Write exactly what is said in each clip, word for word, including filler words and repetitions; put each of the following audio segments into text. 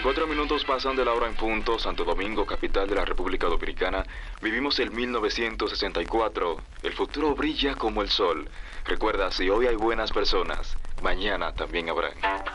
veinticuatro minutos pasan de la hora en punto. Santo Domingo, capital de la República Dominicana. Vivimos el mil novecientos sesenta y cuatro. El futuro brilla como el sol. Recuerda, si hoy hay buenas personas, mañana también habrán.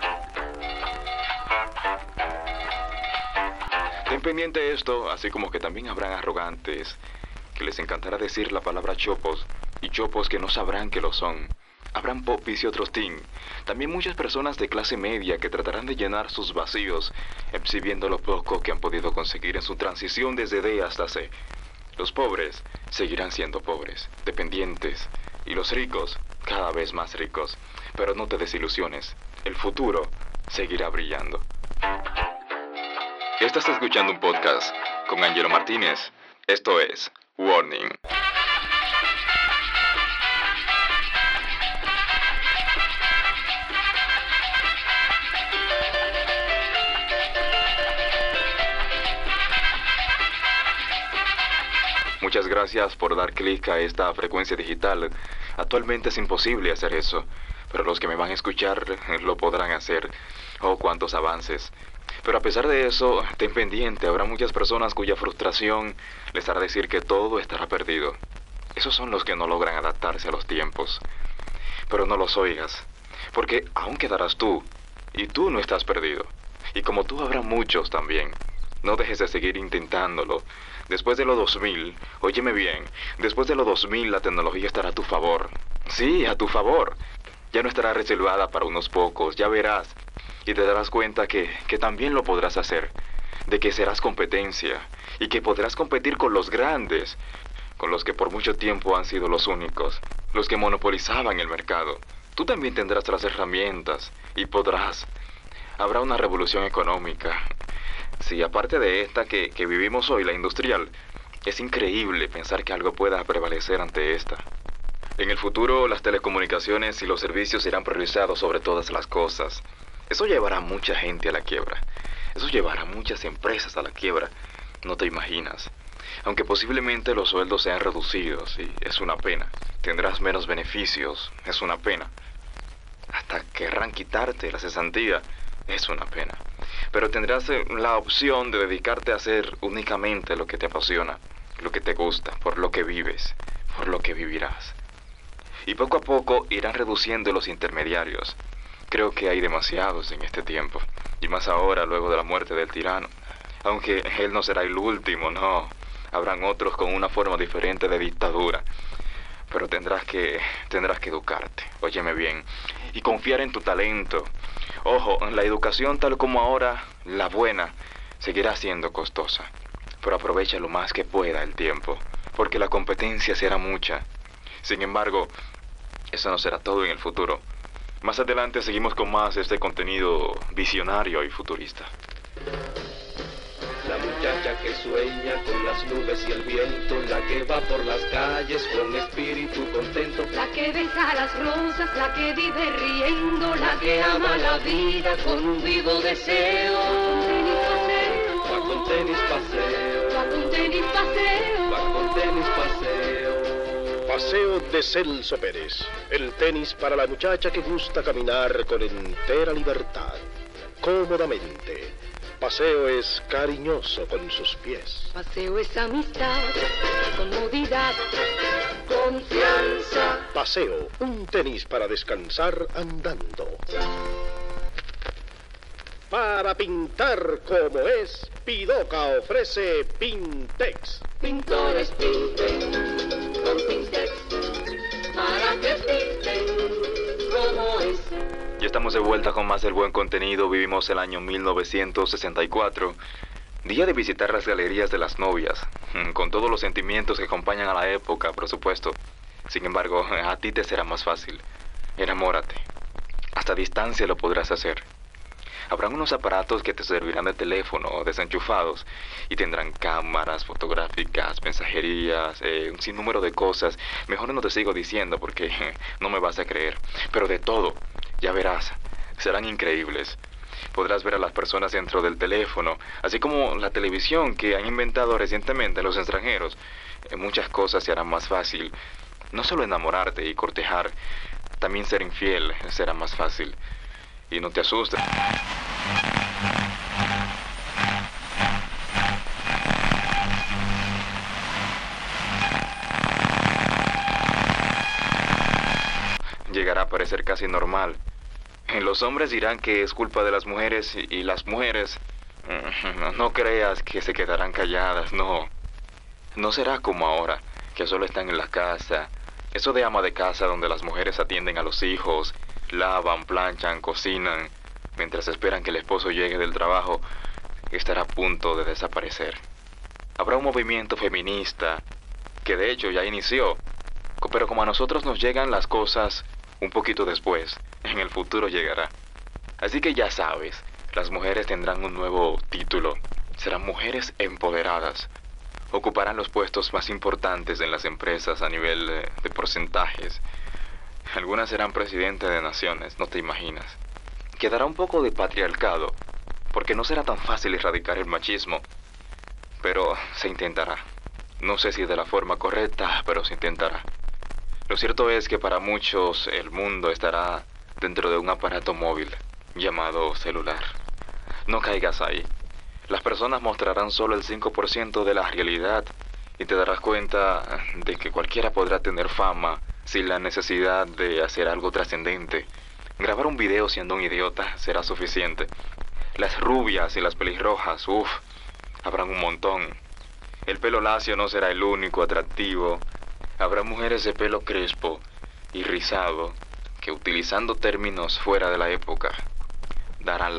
Ten pendiente esto, así como que también habrán arrogantes, que les encantará decir la palabra chopos, y chopos que no sabrán que lo son. Habrán popis y otros teen. También muchas personas de clase media que tratarán de llenar sus vacíos, exhibiendo lo poco que han podido conseguir en su transición desde D hasta C. Los pobres seguirán siendo pobres, dependientes, y los ricos cada vez más ricos. Pero no te desilusiones, el futuro seguirá brillando. Estás escuchando un podcast con Angelo Martínez. Esto es Warning. Muchas gracias por dar clic a esta frecuencia digital. Actualmente es imposible hacer eso, pero los que me van a escuchar lo podrán hacer. Oh, cuántos avances. Pero a pesar de eso, ten pendiente, habrá muchas personas cuya frustración les hará decir que todo estará perdido. Esos son los que no logran adaptarse a los tiempos. Pero no los oigas, porque aún quedarás tú, y tú no estás perdido. Y como tú habrá muchos también. No dejes de seguir intentándolo. Después de los dos mil, óyeme bien, después de los dos mil la tecnología estará a tu favor. Sí, a tu favor. Ya no estará reservada para unos pocos, ya verás. Y te darás cuenta que, que también lo podrás hacer. De que serás competencia. Y que podrás competir con los grandes. Con los que por mucho tiempo han sido los únicos. Los que monopolizaban el mercado. Tú también tendrás las herramientas. Y podrás. Habrá una revolución económica. Sí, aparte de esta que, que vivimos hoy, la industrial, es increíble pensar que algo pueda prevalecer ante esta. En el futuro, las telecomunicaciones y los servicios serán priorizados sobre todas las cosas. Eso llevará a mucha gente a la quiebra. Eso llevará a muchas empresas a la quiebra. No te imaginas. Aunque posiblemente los sueldos sean reducidos, y es una pena. Tendrás menos beneficios, es una pena. Hasta querrán quitarte la cesantía. Es una pena. Pero tendrás la opción de dedicarte a hacer únicamente lo que te apasiona, lo que te gusta, por lo que vives, por lo que vivirás. Y poco a poco irán reduciendo los intermediarios. Creo que hay demasiados en este tiempo, y más ahora luego de la muerte del tirano. Aunque él no será el último, no. Habrán otros con una forma diferente de dictadura. Pero tendrás que, tendrás que educarte, óyeme bien, y confiar en tu talento. Ojo, la educación tal como ahora, la buena, seguirá siendo costosa. Pero aprovecha lo más que pueda el tiempo, porque la competencia será mucha. Sin embargo, eso no será todo en el futuro. Más adelante seguimos con más de este contenido visionario y futurista. La muchacha que sueña con las nubes y el viento, la que va por las calles con espíritu contento, la que besa las rosas, la que vive riendo, la que ama la vida con un vivo deseo. Va con tenis paseo, va con tenis paseo, va con tenis paseo. Paseo de Celso Pérez, el tenis para la muchacha que gusta caminar con entera libertad, cómodamente. Paseo es cariñoso con sus pies. Paseo es amistad, comodidad, confianza. Paseo, un tenis para descansar andando. Para pintar como es, Pidoca ofrece Pintex. Pintores pinten con Pintex, para que pinten como es. Ya estamos de vuelta con más del buen contenido. Vivimos el año mil novecientos sesenta y cuatro, día de visitar las galerías de las novias, con todos los sentimientos que acompañan a la época, por supuesto. Sin embargo, a ti te será más fácil. Enamórate. Hasta distancia lo podrás hacer. Habrán unos aparatos que te servirán de teléfono desenchufados y tendrán cámaras fotográficas, mensajerías, eh, un sinnúmero de cosas. Mejor no te sigo diciendo porque no me vas a creer. Pero de todo, ya verás, serán increíbles. Podrás ver a las personas dentro del teléfono, así como la televisión que han inventado recientemente los extranjeros. Eh, muchas cosas se harán más fácil. No solo enamorarte y cortejar, también ser infiel será más fácil. Y no te asustes. llegará a parecer casi normal. Los hombres dirán que es culpa de las mujeres y, y las mujeres, no, no creas que se quedarán calladas, no. No será como ahora, que solo están en la casa. Eso de ama de casa donde las mujeres atienden a los hijos, lavan, planchan, cocinan, mientras esperan que el esposo llegue del trabajo, estará a punto de desaparecer. Habrá un movimiento feminista, que de hecho ya inició, pero como a nosotros nos llegan las cosas un poquito después, en el futuro llegará. Así que ya sabes, las mujeres tendrán un nuevo título, serán mujeres empoderadas. Ocuparán los puestos más importantes en las empresas a nivel de, de porcentajes. Algunas serán presidentes de naciones, no te imaginas. Quedará un poco de patriarcado, porque no será tan fácil erradicar el machismo. Pero se intentará. No sé si de la forma correcta, pero se intentará. Lo cierto es que para muchos el mundo estará dentro de un aparato móvil llamado celular. No caigas ahí. Las personas mostrarán solo el cinco por ciento de la realidad y te darás cuenta de que cualquiera podrá tener fama sin la necesidad de hacer algo trascendente. Grabar un video siendo un idiota será suficiente. Las rubias y las pelirrojas, uff, habrán un montón. El pelo lacio no será el único atractivo. Habrá mujeres de pelo crespo y rizado que, utilizando términos fuera de la época, darán la...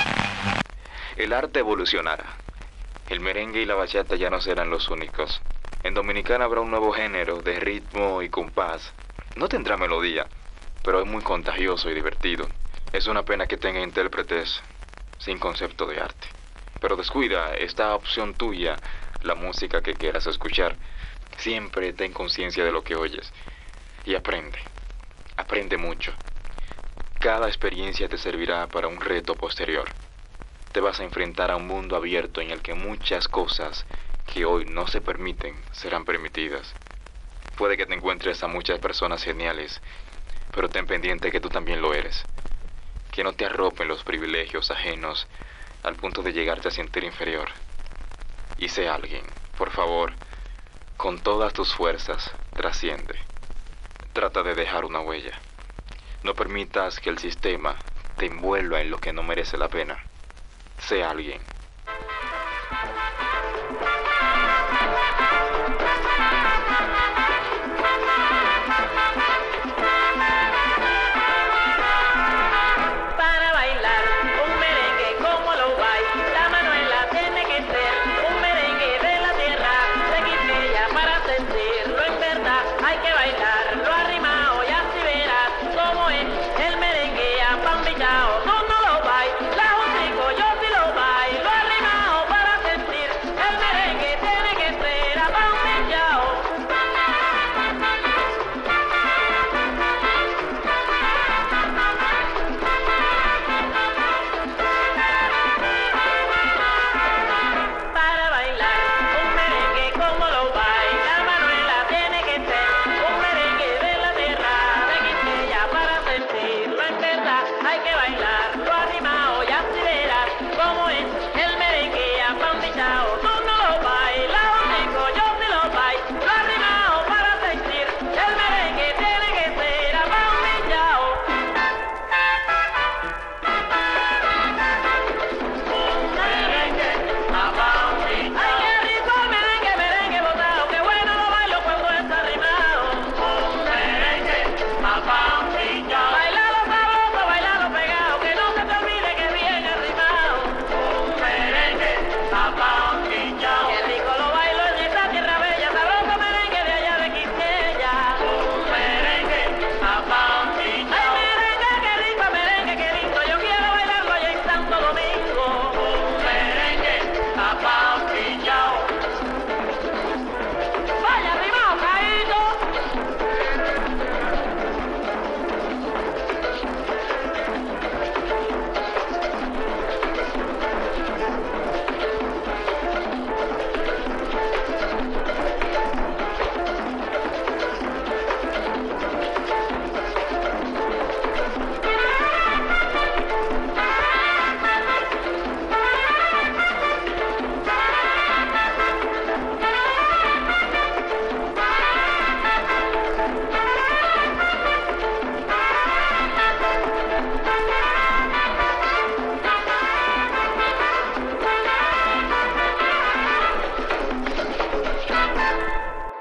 El arte evolucionará. El merengue y la bachata ya no serán los únicos. En Dominicana habrá un nuevo género de ritmo y compás. No tendrá melodía, pero es muy contagioso y divertido. Es una pena que tenga intérpretes sin concepto de arte. Pero descuida esta opción tuya, la música que quieras escuchar. Siempre ten conciencia de lo que oyes. Y aprende. Aprende mucho. Cada experiencia te servirá para un reto posterior. Te vas a enfrentar a un mundo abierto en el que muchas cosas que hoy no se permiten serán permitidas. Puede que te encuentres a muchas personas geniales, pero ten pendiente que tú también lo eres. Que no te arropen los privilegios ajenos al punto de llegarte a sentir inferior. Y sé alguien, por favor, con todas tus fuerzas, trasciende. Trata de dejar una huella. No permitas que el sistema te envuelva en lo que no merece la pena. Sé alguien. Para bailar un merengue como lo baila, la Manuela tiene que ser un merengue de la tierra, de Quisqueya para sentirlo en verdad. Hay que bailarlo arrimado y así verás cómo es el merengue apambillao. No, no lo baila, un chico, yo sí lo bailo.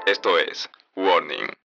Esto es Warning.